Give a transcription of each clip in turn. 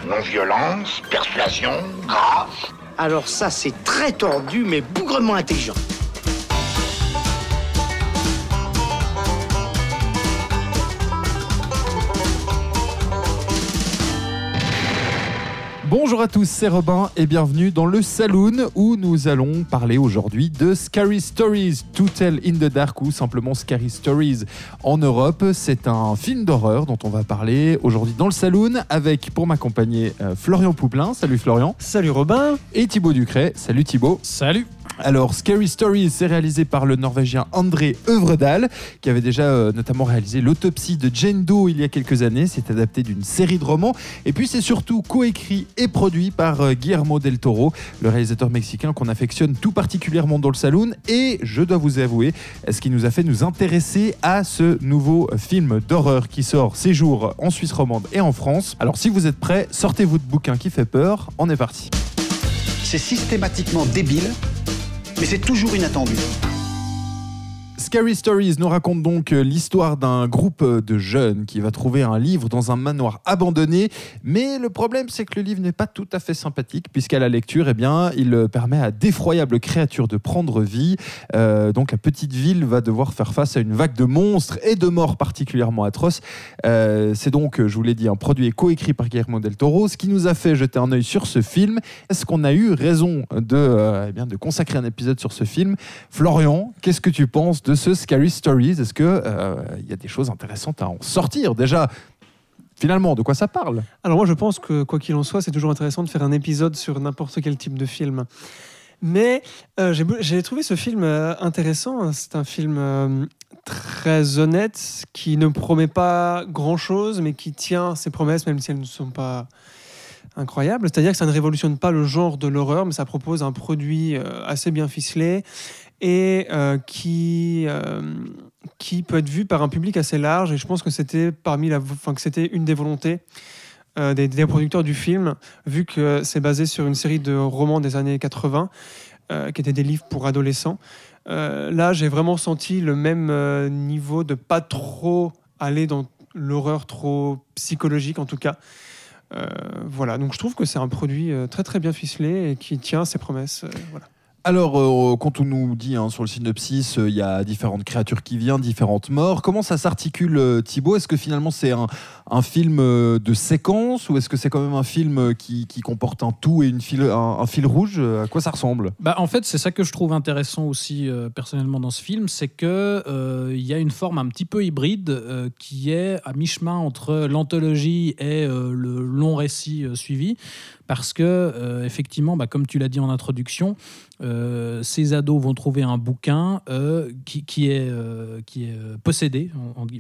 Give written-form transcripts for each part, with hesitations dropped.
Non-violence, persuasion, grâce. Alors ça, c'est très tordu, mais bougrement intelligent. Bonjour à tous, c'est Robin et bienvenue dans le Saloon où nous allons parler aujourd'hui de Scary Stories to Tell in the Dark ou simplement Scary Stories en Europe. C'est un film d'horreur dont on va parler aujourd'hui dans le Saloon avec, pour m'accompagner, Florian Pouplin. Salut Florian. Salut Robin. Et Thibaut Ducret. Salut Thibaut. Salut. Alors, Scary Stories, c'est réalisé par le Norvégien André Øvredal, qui avait déjà notamment réalisé L'autopsie de Jane Doe il y a quelques années. C'est adapté d'une série de romans. Et puis, c'est surtout coécrit et produit par Guillermo del Toro, le réalisateur mexicain qu'on affectionne tout particulièrement dans le Saloon. Et je dois vous avouer, ce qui nous a fait nous intéresser à ce nouveau film d'horreur qui sort ces jours en Suisse romande et en France. Alors, si vous êtes prêts, sortez votre bouquin qui fait peur. On est parti. C'est systématiquement débile, mais c'est toujours inattendu. Scary Stories nous raconte donc l'histoire d'un groupe de jeunes qui va trouver un livre dans un manoir abandonné. Mais le problème, c'est que le livre n'est pas tout à fait sympathique, puisqu'à la lecture, il permet à d'effroyables créatures de prendre vie. Donc la petite ville va devoir faire face à une vague de monstres et de morts particulièrement atroces. C'est donc, je vous l'ai dit, un produit coécrit par Guillermo del Toro, ce qui nous a fait jeter un œil sur ce film. Est-ce qu'on a eu raison de consacrer un épisode sur ce film ? Florian, qu'est-ce que tu penses de ce Scary Stories? Est-ce qu'il y a des choses intéressantes à en sortir? Déjà, finalement, de quoi ça parle? Alors moi, je pense que, quoi qu'il en soit, c'est toujours intéressant de faire un épisode sur n'importe quel type de film. Mais j'ai trouvé ce film intéressant. C'est un film très honnête, qui ne promet pas grand-chose, mais qui tient ses promesses, même si elles ne sont pas incroyables. C'est-à-dire que ça ne révolutionne pas le genre de l'horreur, mais ça propose un produit assez bien ficelé et qui peut être vu par un public assez large. Et je pense que c'était c'était une des volontés des producteurs du film, vu que c'est basé sur une série de romans des années 80, qui étaient des livres pour adolescents. Là, j'ai vraiment senti le même niveau de pas trop aller dans l'horreur trop psychologique, en tout cas. Voilà, donc je trouve que c'est un produit très très bien ficelé et qui tient ses promesses. Voilà. Alors, quand on nous dit sur le synopsis, il y a différentes créatures qui viennent, différentes morts. Comment ça s'articule, Thibaut? Est-ce que finalement c'est un film de séquence ou est-ce que c'est quand même un film qui comporte un tout et un fil rouge? À quoi ça ressemble? En fait, c'est ça que je trouve intéressant aussi personnellement dans ce film, c'est que y a une forme un petit peu hybride qui est à mi-chemin entre l'anthologie et le long récit suivi. Parce que, effectivement, comme tu l'as dit en introduction, ces ados vont trouver un bouquin qui est possédé,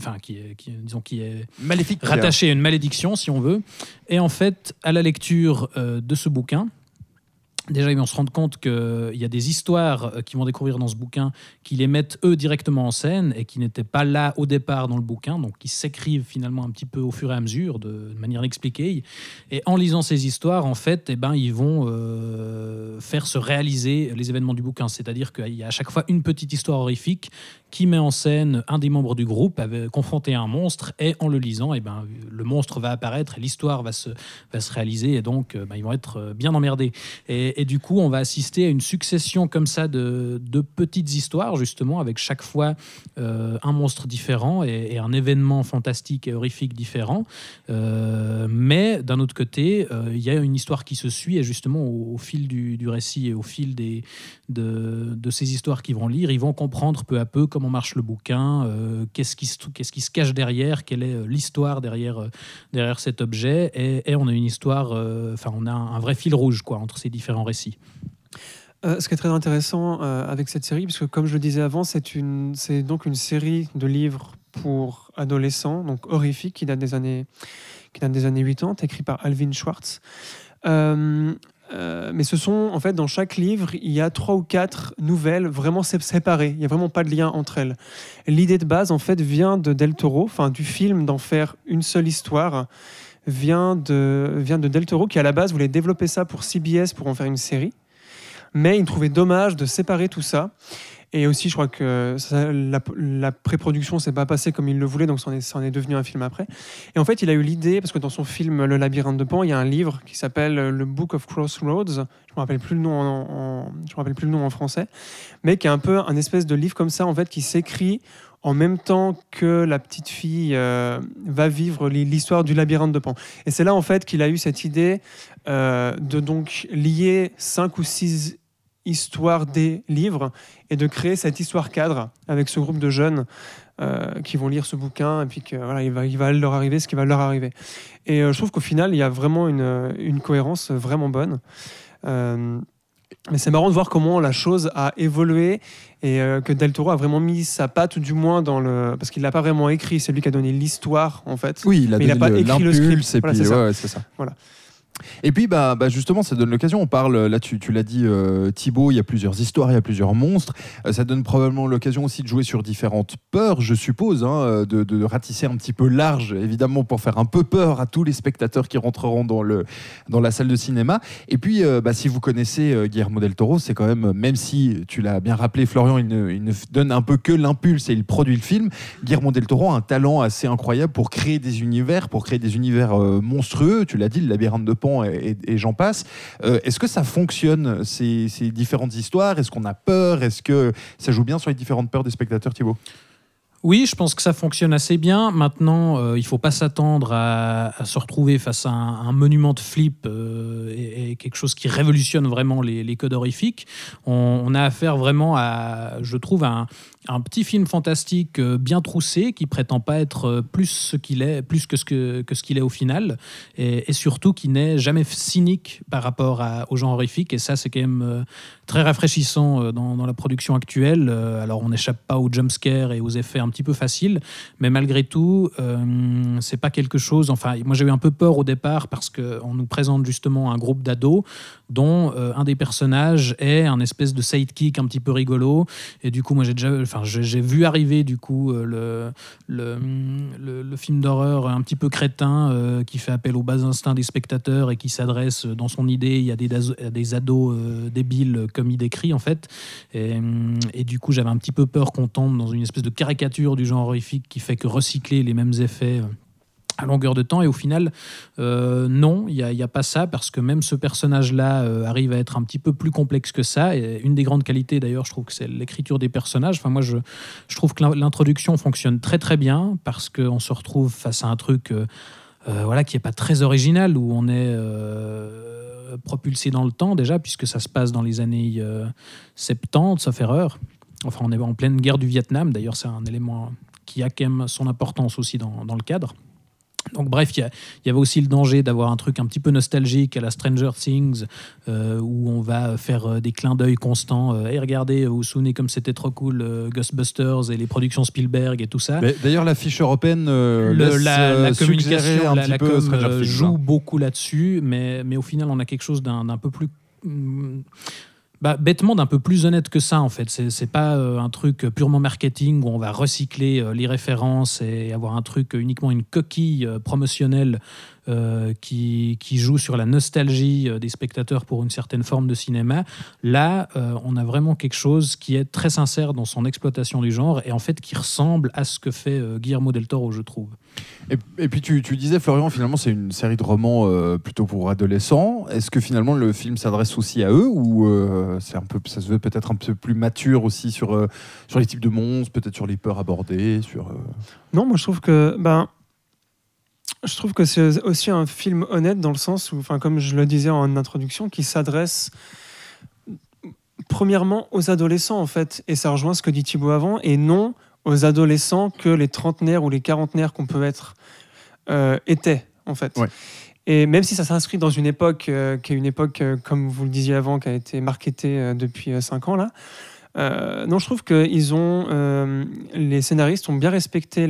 qui est maléfique, rattaché à une malédiction, si on veut. Et en fait, à la lecture de ce bouquin, déjà, ils vont se rendre compte qu'il y a des histoires qu'ils vont découvrir dans ce bouquin qui les mettent eux directement en scène et qui n'étaient pas là au départ dans le bouquin, donc qui s'écrivent finalement un petit peu au fur et à mesure, de manière inexpliquée. Et en lisant ces histoires, en fait, ils vont faire se réaliser les événements du bouquin. C'est-à-dire qu'il y a à chaque fois une petite histoire horrifique qui met en scène un des membres du groupe confronté à un monstre, et en le lisant, le monstre va apparaître et l'histoire va se réaliser, et donc ils vont être bien emmerdés. Et du coup, on va assister à une succession comme ça de petites histoires, justement, avec chaque fois un monstre différent et un événement fantastique et horrifique différent. Mais d'un autre côté, il y a une histoire qui se suit, et justement, au fil du récit et au fil de ces histoires qu'ils vont lire, ils vont comprendre peu à peu comment marche le bouquin, qu'est-ce qui se cache derrière, quelle est l'histoire derrière cet objet. Et on a une histoire, on a un vrai fil rouge entre ces différents récits. Ce qui est très intéressant avec cette série, puisque comme je le disais avant, c'est donc une série de livres pour adolescents, donc horrifiques, qui date des années 80, écrit par Alvin Schwartz. Mais ce sont, en fait, dans chaque livre, il y a 3 ou 4 nouvelles vraiment séparées. Il n'y a vraiment pas de lien entre elles. L'idée de base, en fait, vient de Del Toro, du film d'en faire une seule histoire, vient de Del Toro, qui à la base voulait développer ça pour CBS pour en faire une série. Mais il trouvait dommage de séparer tout ça. Et aussi, je crois que la pré-production s'est pas passée comme il le voulait, donc ça en est devenu un film après. Et en fait, il a eu l'idée, parce que dans son film Le Labyrinthe de Pan, il y a un livre qui s'appelle Le Book of Crossroads. Je me rappelle plus le nom je me rappelle plus le nom en français, mais qui est un peu un espèce de livre comme ça, en fait, qui s'écrit en même temps que la petite fille va vivre l'histoire du labyrinthe de Pan. Et c'est là, en fait, qu'il a eu cette idée de donc lier 5 ou 6 histoires des livres et de créer cette histoire cadre avec ce groupe de jeunes qui vont lire ce bouquin et puis que voilà, il va leur arriver ce qui va leur arriver. Et je trouve qu'au final, il y a vraiment une cohérence vraiment bonne. Mais c'est marrant de voir comment la chose a évolué et que Del Toro a vraiment mis sa patte, du moins parce qu'il l'a pas vraiment écrit, c'est lui qui a donné l'histoire en fait. Oui, il a pas écrit le script. Et voilà, puis, c'est ça. Voilà. Et puis justement, ça donne l'occasion. On parle, là tu l'as dit Thibaut, il y a plusieurs histoires, il y a plusieurs monstres. Ça donne probablement l'occasion aussi de jouer sur différentes peurs, je suppose, hein, de ratisser un petit peu large, évidemment, pour faire un peu peur à tous les spectateurs qui rentreront dans la salle de cinéma. Et puis, si vous connaissez Guillermo del Toro, c'est quand même si tu l'as bien rappelé, Florian, il ne donne un peu que l'impulse et il produit le film. Guillermo del Toro a un talent assez incroyable pour créer des univers, monstrueux. Tu l'as dit, le labyrinthe de Pan et j'en passe. Est-ce que ça fonctionne, ces différentes histoires? Est-ce qu'on a peur? Est-ce que ça joue bien sur les différentes peurs des spectateurs, Thibaut? Oui, je pense que ça fonctionne assez bien. Maintenant, il ne faut pas s'attendre à se retrouver face à un monument de flip et quelque chose qui révolutionne vraiment les codes horrifiques. On a affaire vraiment à, je trouve, un petit film fantastique bien troussé qui prétend pas être plus que ce qu'il est au final, et surtout qui n'est jamais cynique par rapport au genre horrifique. Et ça, c'est quand même très rafraîchissant dans la production actuelle. Alors, on n'échappe pas aux jumpscares et aux effets un petit peu faciles, mais malgré tout, c'est pas quelque chose. Enfin, moi, j'ai eu un peu peur au départ parce qu'on nous présente justement un groupe d'ados dont un des personnages est un espèce de sidekick un petit peu rigolo. Et du coup, moi, j'ai vu arriver du coup le film d'horreur un petit peu crétin qui fait appel aux bas instincts des spectateurs et qui s'adresse dans son idée, il y a des ados débiles comme il décrit en fait. Et du coup, j'avais un petit peu peur qu'on tombe dans une espèce de caricature du genre horrifique qui fait que recycler les mêmes effets à longueur de temps. Et au final, non, il n'y a pas ça, parce que même ce personnage-là arrive à être un petit peu plus complexe que ça. Et une des grandes qualités, d'ailleurs, je trouve que c'est l'écriture des personnages. Enfin, moi, je trouve que l'introduction fonctionne très, très bien, parce qu'on se retrouve face à un truc qui n'est pas très original, où on est propulsé dans le temps, déjà, puisque ça se passe dans les années 70, sauf erreur. Enfin, on est en pleine guerre du Vietnam. D'ailleurs, c'est un élément qui a quand même son importance aussi dans le cadre. Donc bref, il y avait aussi le danger d'avoir un truc un petit peu nostalgique à la Stranger Things, où on va faire des clins d'œil constants. Et regardez, vous vous souvenez comme c'était trop cool, Ghostbusters et les productions Spielberg et tout ça. Mais d'ailleurs, l'affiche européenne la communication, la com joue hein. beaucoup là-dessus, mais au final, on a quelque chose d'un peu plus... bêtement d'un peu plus honnête que ça en fait. C'est pas un truc purement marketing où on va recycler les références et avoir un truc uniquement une coquille promotionnelle qui joue sur la nostalgie des spectateurs pour une certaine forme de cinéma. Là, on a vraiment quelque chose qui est très sincère dans son exploitation du genre et en fait qui ressemble à ce que fait Guillermo del Toro, je trouve. Et puis tu disais, Florian, finalement c'est une série de romans plutôt pour adolescents. Est-ce que finalement le film s'adresse aussi à eux, ou ça se veut peut-être un peu plus mature aussi sur les types de monstres, peut-être sur les peurs abordées Non, moi je trouve que c'est aussi un film honnête, dans le sens où, comme je le disais en introduction, qui s'adresse premièrement aux adolescents en fait, et ça rejoint ce que dit Thibaut avant, et non aux adolescents que les trentenaires ou les quarantenaires qu'on peut être étaient en fait. Ouais. Et même si ça s'inscrit dans une époque qui est une époque, comme vous le disiez avant, qui a été marketée depuis 5 ans là, non, je trouve que les scénaristes ont bien respecté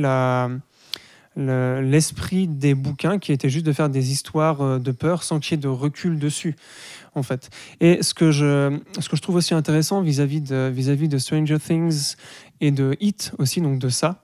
l'esprit des bouquins, qui était juste de faire des histoires de peur sans qu'il y ait de recul dessus en fait. Et ce que je trouve aussi intéressant vis-à-vis de Stranger Things et de It aussi, donc de ça,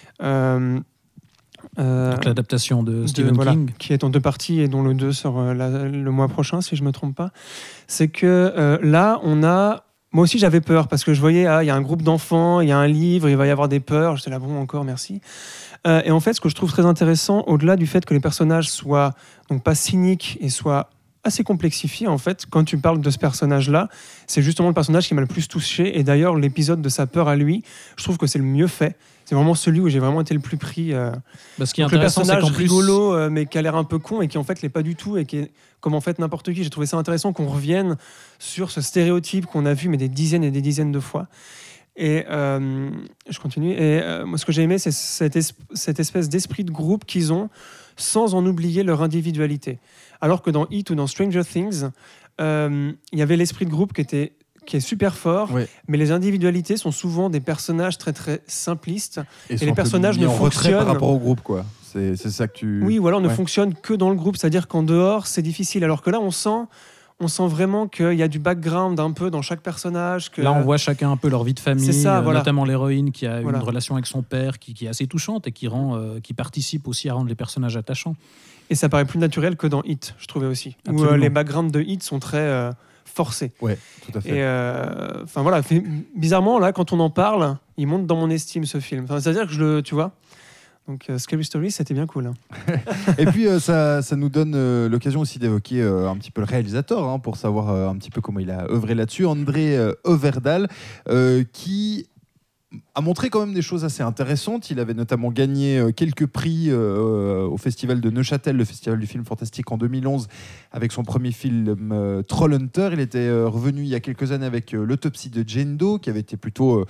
donc l'adaptation de Stephen King, qui est en 2 parties et dont le 2 sort le mois prochain si je me trompe pas, c'est que là on a Moi aussi, j'avais peur parce que je voyais, il y a un groupe d'enfants, il y a un livre, il va y avoir des peurs. J'étais là, bon, encore, merci. Et en fait, ce que je trouve très intéressant, au-delà du fait que les personnages soient donc pas cyniques et soient assez complexifiés, en fait, quand tu parles de ce personnage-là, c'est justement le personnage qui m'a le plus touché. Et d'ailleurs, l'épisode de sa peur à lui, je trouve que c'est le mieux fait. C'est vraiment celui où j'ai vraiment été le plus pris. Ce qui est le intéressant, c'est personnage qu'en plus, rigolo, mais qui a l'air un peu con et qui en fait l'est pas du tout et qui est comme en fait n'importe qui. J'ai trouvé ça intéressant qu'on revienne sur ce stéréotype qu'on a vu mais des dizaines et des dizaines de fois. Et je continue. Et moi, ce que j'ai aimé, c'est cette espèce d'esprit de groupe qu'ils ont, sans en oublier leur individualité. Alors que dans It ou dans Stranger Things, il y avait l'esprit de groupe qui est super fort, Ouais. mais les individualités sont souvent des personnages très très simplistes. Et les personnages ne en retrait fonctionnent- par rapport au groupe, quoi. C'est ça que tu. Oui, ou alors ne Ouais. fonctionnent que dans le groupe, c'est-à-dire qu'en dehors, c'est difficile. Alors que là, on sent vraiment qu'il y a du background un peu dans chaque personnage. Que... là, on voit chacun un peu leur vie de famille, C'est ça, voilà. notamment l'héroïne qui a Voilà. une relation avec son père qui est assez touchante et qui participe aussi à rendre les personnages attachants. Et ça paraît plus naturel que dans Hit, je trouvais aussi. Où Absolument. les backgrounds de Hit sont très forcés. Ouais, tout à fait. Et enfin voilà, bizarrement, là, quand on en parle, il monte dans mon estime ce film. Enfin, c'est-à-dire que tu vois. Donc, Scary Stories, c'était bien cool. Et puis, ça nous donne l'occasion aussi d'évoquer un petit peu le réalisateur, hein, pour savoir un petit peu comment il a œuvré là-dessus. André Øvredal, qui a montré quand même des choses assez intéressantes. Il avait notamment gagné quelques prix au festival de Neuchâtel, le festival du film fantastique en 2011, avec son premier film Trollhunter. Il était revenu il y a quelques années avec L'autopsie de Jane Doe, qui avait été plutôt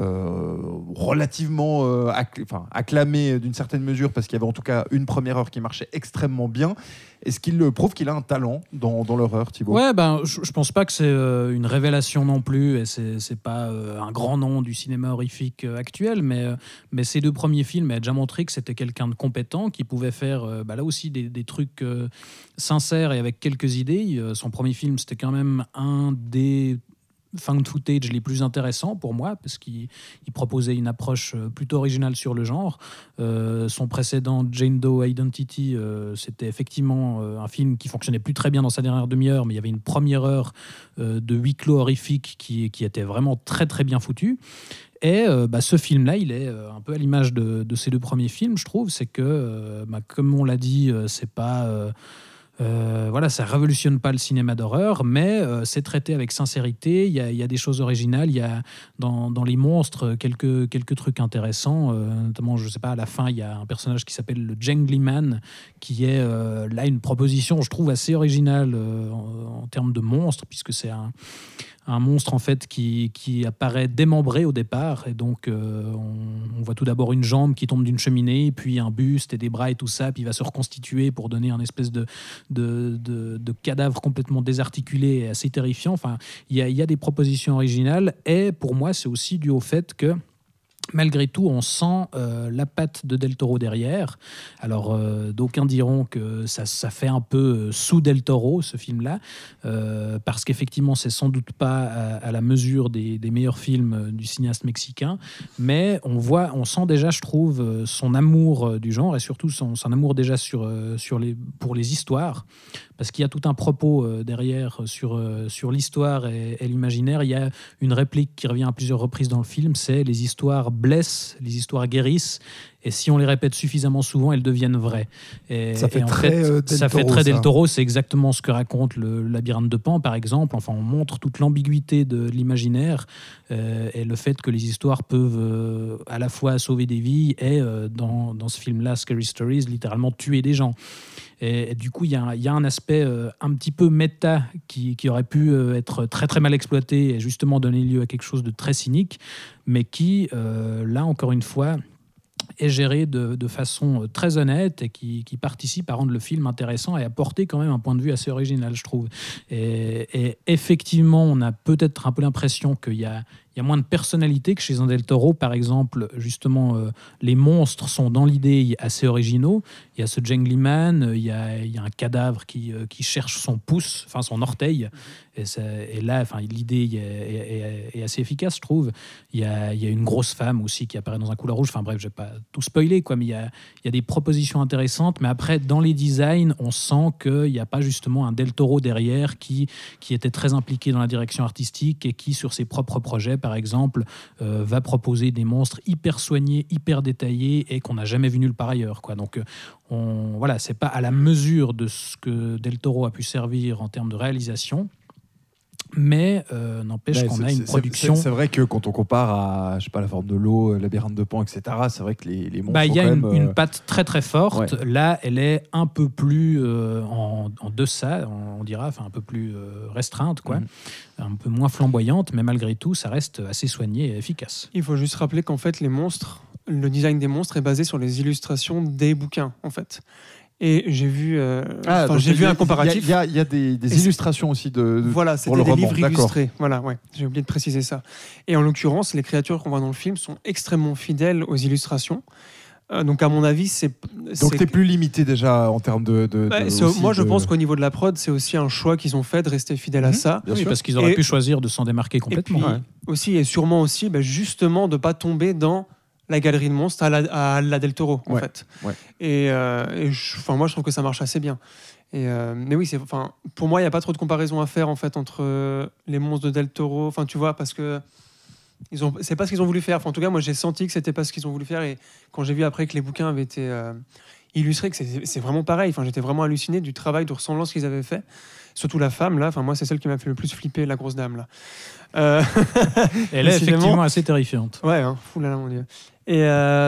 relativement acclamé d'une certaine mesure, parce qu'il y avait en tout cas une première heure qui marchait extrêmement bien. Est-ce qu'il prouve qu'il a un talent dans l'horreur, Thibaut ? Ouais, je pense pas que c'est une révélation non plus, et c'est pas un grand nom du cinéma horrifique actuel, mais ces deux premiers films a déjà montré que c'était quelqu'un de compétent qui pouvait faire là aussi des trucs sincères et avec quelques idées. Son premier film, c'était quand même un des found footage les plus intéressants pour moi, parce qu'il proposait une approche plutôt originale sur le genre. Son précédent Jane Doe Identity, c'était effectivement un film qui fonctionnait plus très bien dans sa dernière demi-heure, mais il y avait une première heure de huis clos horrifique qui était vraiment très très bien foutu. Et ce film-là, il est un peu à l'image de ces deux premiers films, je trouve. C'est que, comme on l'a dit, c'est pas... ça révolutionne pas le cinéma d'horreur, mais c'est traité avec sincérité. Il y a des choses originales. Il y a dans les monstres quelques trucs intéressants. Notamment, je sais pas, à la fin, il y a un personnage qui s'appelle le Jangly Man, qui est là une proposition, je trouve, assez originale en termes de monstre, puisque c'est un monstre en fait qui apparaît démembré au départ, et donc on voit tout d'abord une jambe qui tombe d'une cheminée, puis un buste et des bras et tout ça, puis il va se reconstituer pour donner un espèce de cadavre complètement désarticulé et assez terrifiant. Enfin, il y a des propositions originales, et pour moi c'est aussi dû au fait que malgré tout, on sent la patte de Del Toro derrière. Alors, d'aucuns diront que ça fait un peu sous Del Toro, ce film-là, parce qu'effectivement, c'est sans doute pas à la mesure des meilleurs films du cinéaste mexicain, mais on sent déjà, je trouve, son amour du genre, et surtout son amour déjà pour les histoires, parce qu'il y a tout un propos derrière sur l'histoire et l'imaginaire. Il y a une réplique qui revient à plusieurs reprises dans le film, c'est « les histoires blessent, les histoires guérissent, et si on les répète suffisamment souvent, elles deviennent vraies ». Ça fait très Del Toro, c'est exactement ce que raconte le Labyrinthe de Pan, par exemple. Enfin, on montre toute l'ambiguïté de l'imaginaire et le fait que les histoires peuvent à la fois sauver des vies et, dans ce film-là, Scary Stories, littéralement tuer des gens. Et du coup, il y a un aspect un petit peu méta qui aurait pu être très très mal exploité et justement donner lieu à quelque chose de très cynique, mais qui, là encore une fois, est géré de façon très honnête et qui participe à rendre le film intéressant et à porter quand même un point de vue assez original, je trouve. Et effectivement, on a peut-être un peu l'impression qu'il y a y a moins de personnalité que chez un Del Toro, par exemple. Justement, les monstres sont dans l'idée assez originaux. Il y a ce Janglyman, il y a un cadavre qui cherche son pouce, enfin son orteil. Et là, l'idée est assez efficace, je trouve. Il y a une grosse femme aussi qui apparaît dans un couloir rouge. Enfin bref, je vais pas tout spoiler, quoi, mais il y a des propositions intéressantes. Mais après, dans les designs, on sent qu'il n'y a pas justement un Del Toro derrière qui était très impliqué dans la direction artistique et qui, sur ses propres projets, par exemple, va proposer des monstres hyper soignés, hyper détaillés et qu'on n'a jamais vu nulle part ailleurs, quoi. Donc, voilà, c'est pas à la mesure de ce que Del Toro a pu servir en termes de réalisation. Mais n'empêche qu'on a une production. C'est vrai que quand on compare à, je sais pas, La Forme de l'eau, Labyrinthe de Pan, etc., c'est vrai que les monstres. Il y a une patte patte très très forte. Ouais. Là, elle est un peu plus en deçà, on dira, un peu plus restreinte, quoi. Un peu moins flamboyante, mais malgré tout, ça reste assez soigné et efficace. Il faut juste rappeler qu'en fait, les monstres, le design des monstres est basé sur les illustrations des bouquins, en fait. Et j'ai vu, un comparatif. Il y a des illustrations aussi voilà, pour c'était le des roman. livres illustrés. Voilà, ouais, j'ai oublié de préciser ça. Et en l'occurrence, les créatures qu'on voit dans le film sont extrêmement fidèles aux illustrations. Donc à mon avis, donc t'es plus limité déjà en termes moi, je pense qu'au niveau de la prod, c'est aussi un choix qu'ils ont fait de rester fidèles à ça. Oui, parce qu'ils auraient pu choisir de s'en démarquer complètement. Et puis, aussi, et sûrement aussi, justement, de pas tomber dans la galerie de monstres à la Del Toro, en fait. Ouais. Et moi, je trouve que ça marche assez bien. Mais oui, pour moi, il n'y a pas trop de comparaison à faire, en fait, entre les monstres de Del Toro. Enfin, tu vois, parce que c'est pas ce qu'ils ont voulu faire. En tout cas, moi, j'ai senti que c'était pas ce qu'ils ont voulu faire. Et quand j'ai vu après que les bouquins avaient été illustrés, que c'est vraiment pareil. J'étais vraiment halluciné du travail de ressemblance qu'ils avaient fait. Surtout la femme, là. Moi, c'est celle qui m'a fait le plus flipper, la grosse dame, là. Elle est effectivement assez terrifiante. Ouais, fou là, mon Dieu. Et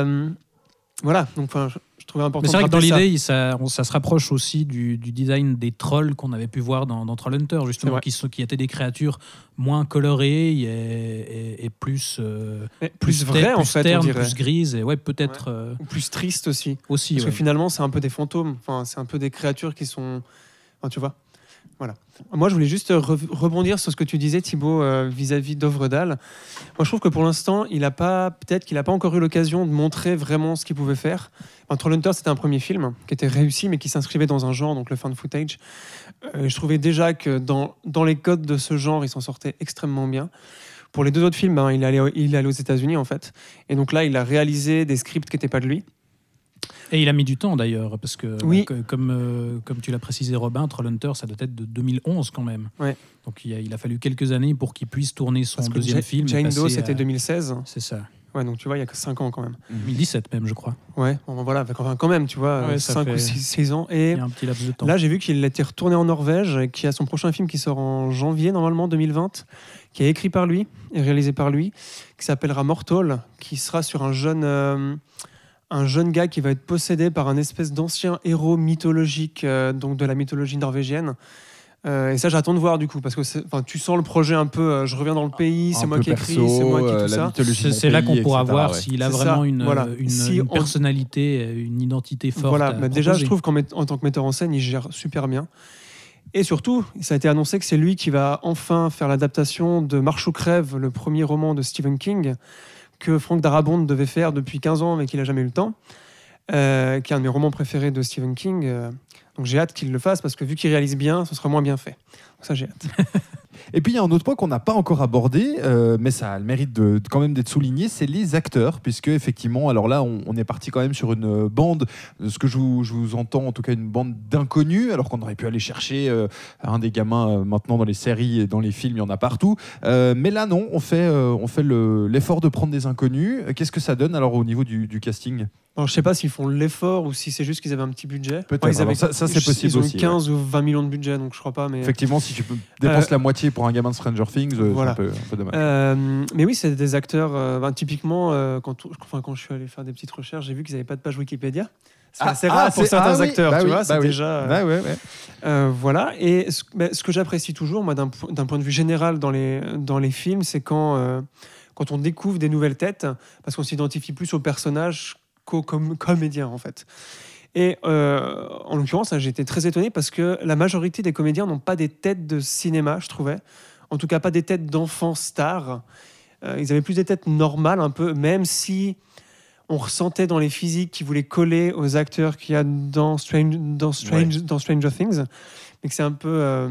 voilà, donc je trouvais important. Mais c'est vrai que dans ça. l'idée, ça se rapproche aussi du design des trolls qu'on avait pu voir dans Trollhunter, justement, qui étaient des créatures moins colorées et plus vraies, en fait, ternes, on dirait. plus grises, et peut-être ou plus tristes aussi. Parce que finalement, c'est un peu des fantômes. C'est un peu des créatures qui sont, tu vois. Voilà. Moi, je voulais juste rebondir sur ce que tu disais, Thibaut, vis-à-vis d'Ovredal. Moi, je trouve que pour l'instant, peut-être qu'il n'a pas encore eu l'occasion de montrer vraiment ce qu'il pouvait faire. Trollhunter, c'était un premier film qui était réussi, mais qui s'inscrivait dans un genre, donc le found footage. Je trouvais déjà que dans les codes de ce genre, il s'en sortait extrêmement bien. Pour les deux autres films, il est allé aux États-Unis, en fait. Et donc là, il a réalisé des scripts qui n'étaient pas de lui. Et il a mis du temps d'ailleurs, parce que oui. Comme tu l'as précisé, Robin, Trollhunter, ça doit être de 2011 quand même. Ouais. Donc il a fallu quelques années pour qu'il puisse tourner son deuxième film. Jane Doe, c'était 2016. C'est ça. Ouais, donc tu vois, il n'y a que 5 ans quand même. 2017 même, je crois. Ouais, voilà, quand même, tu vois, 5 ou 6 ans. Et il y a un petit laps de temps. Là, j'ai vu qu'il était retourné en Norvège, et qu'il y a son prochain film qui sort en janvier, normalement, 2020, qui est écrit par lui et réalisé par lui, qui s'appellera Mortal, qui sera sur un jeune gars qui va être possédé par un espèce d'ancien héros mythologique, donc de la mythologie norvégienne. Et ça, j'attends de voir du coup, parce que tu sens le projet un peu. Je reviens dans le pays, c'est moi qui écris, c'est moi qui tout ça. C'est là qu'on pourra voir s'il a vraiment une une personnalité, une identité forte. Voilà, mais déjà, je trouve qu'en tant que metteur en scène, il gère super bien. Et surtout, ça a été annoncé que c'est lui qui va enfin faire l'adaptation de Marche ou crève, le premier roman de Stephen King, que Frank Darabont devait faire depuis 15 ans, mais qu'il n'a jamais eu le temps, qui est un de mes romans préférés de Stephen King. Donc j'ai hâte qu'il le fasse, parce que vu qu'il réalise bien, ce sera moins bien fait. Donc ça, j'ai hâte. Et puis il y a un autre point qu'on n'a pas encore abordé, mais ça a le mérite quand même d'être souligné, c'est les acteurs, puisque effectivement, alors là, on est parti quand même sur une bande, ce que je vous entends, en tout cas une bande d'inconnus, alors qu'on aurait pu aller chercher un des gamins maintenant dans les séries et dans les films, il y en a partout. Mais là, non, on fait l'effort de prendre des inconnus. Qu'est-ce que ça donne alors au niveau du casting ? Alors, je ne sais pas s'ils font l'effort ou si c'est juste qu'ils avaient un petit budget. Peut-être, ça c'est possible aussi. Ils ont 15 ou 20 millions de budget, donc je ne crois pas. Mais... Effectivement, si tu dépenses la moitié pour un gamin de Stranger Things, voilà. c'est un peu dommage. Mais oui, c'est des acteurs. Typiquement, quand je suis allé faire des petites recherches, j'ai vu qu'ils n'avaient pas de page Wikipédia. C'est assez rare pour certains acteurs, tu vois. C'est déjà. Voilà. Et ce que j'apprécie toujours, moi, d'un point de vue général dans les films, c'est quand on découvre des nouvelles têtes, parce qu'on s'identifie plus aux personnages qu'aux comédiens, en fait. Et en l'occurrence, j'ai été très étonné parce que la majorité des comédiens n'ont pas des têtes de cinéma, je trouvais. En tout cas, pas des têtes d'enfants stars. ils avaient plus des têtes normales un peu, même si on ressentait dans les physiques qu'ils voulaient coller aux acteurs qu'il y a dans Stranger Things, mais que c'est un peu...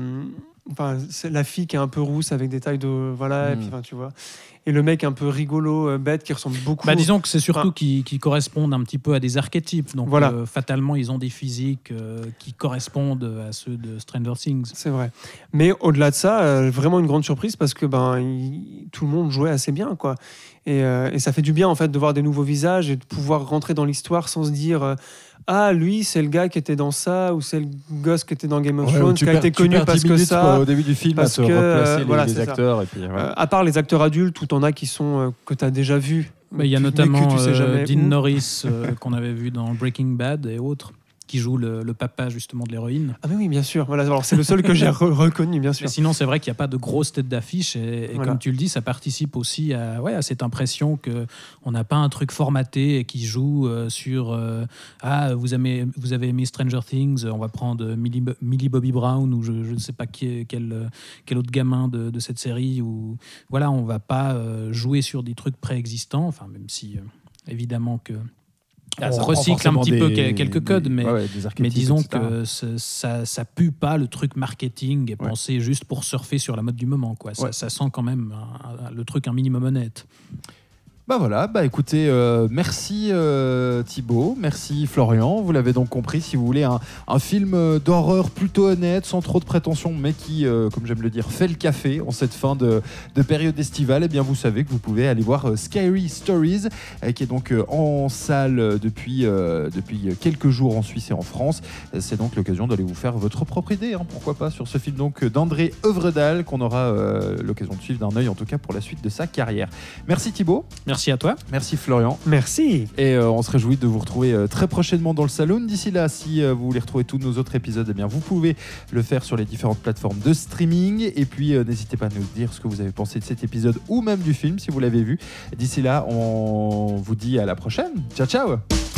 c'est la fille qui est un peu rousse avec des tailles de... Voilà, et puis tu vois... Et le mec un peu rigolo, bête, qui ressemble beaucoup... disons que c'est surtout qui correspondent un petit peu à des archétypes. Donc, fatalement, ils ont des physiques qui correspondent à ceux de Stranger Things. C'est vrai. Mais au-delà de ça, vraiment une grande surprise parce que tout le monde jouait assez bien, quoi. Et ça fait du bien, en fait, de voir des nouveaux visages et de pouvoir rentrer dans l'histoire sans se dire... Ah, lui, c'est le gars qui était dans ça, ou c'est le gosse qui était dans Game of Thrones, qui a été connu parce que ça... Au début du film, à se replacer les acteurs. Et puis, à part les acteurs adultes, où t'en as qui sont que t'as déjà vus. Il y a notamment Dean Norris, qu'on avait vu dans Breaking Bad et autres, qui joue le papa justement de l'héroïne. Ah mais oui, bien sûr. Voilà, alors c'est le seul que j'ai reconnu, bien sûr. Mais sinon, c'est vrai qu'il n'y a pas de grosse tête d'affiche et comme tu le dis, ça participe aussi à cette impression qu'on n'a pas un truc formaté et qui joue sur vous avez aimé Stranger Things, on va prendre Millie Bobby Brown ou je ne sais pas quel autre gamin de cette série où voilà, on va pas jouer sur des trucs préexistants, enfin même si évidemment que ça recycle un petit peu quelques codes, mais disons que ça pue pas le truc marketing et pensé juste pour surfer sur la mode du moment, quoi. Ça sent quand même le truc un minimum honnête. Voilà, écoutez, merci Thibaut, merci Florian. Vous l'avez donc compris, si vous voulez un film d'horreur plutôt honnête, sans trop de prétention, mais qui, comme j'aime le dire, fait le café en cette fin de période estivale, eh bien vous savez que vous pouvez aller voir Scary Stories, qui est donc en salle depuis quelques jours en Suisse et en France. C'est donc l'occasion d'aller vous faire votre propre idée, pourquoi pas, sur ce film donc d'André Œvredal, qu'on aura l'occasion de suivre d'un œil, en tout cas pour la suite de sa carrière. Merci Thibaut. Merci à toi. Merci Florian. Merci. Et on se réjouit de vous retrouver très prochainement dans le salon. D'ici là, si vous voulez retrouver tous nos autres épisodes, eh bien vous pouvez le faire sur les différentes plateformes de streaming. Et puis n'hésitez pas à nous dire ce que vous avez pensé de cet épisode ou même du film si vous l'avez vu. D'ici là, on vous dit à la prochaine. Ciao, ciao.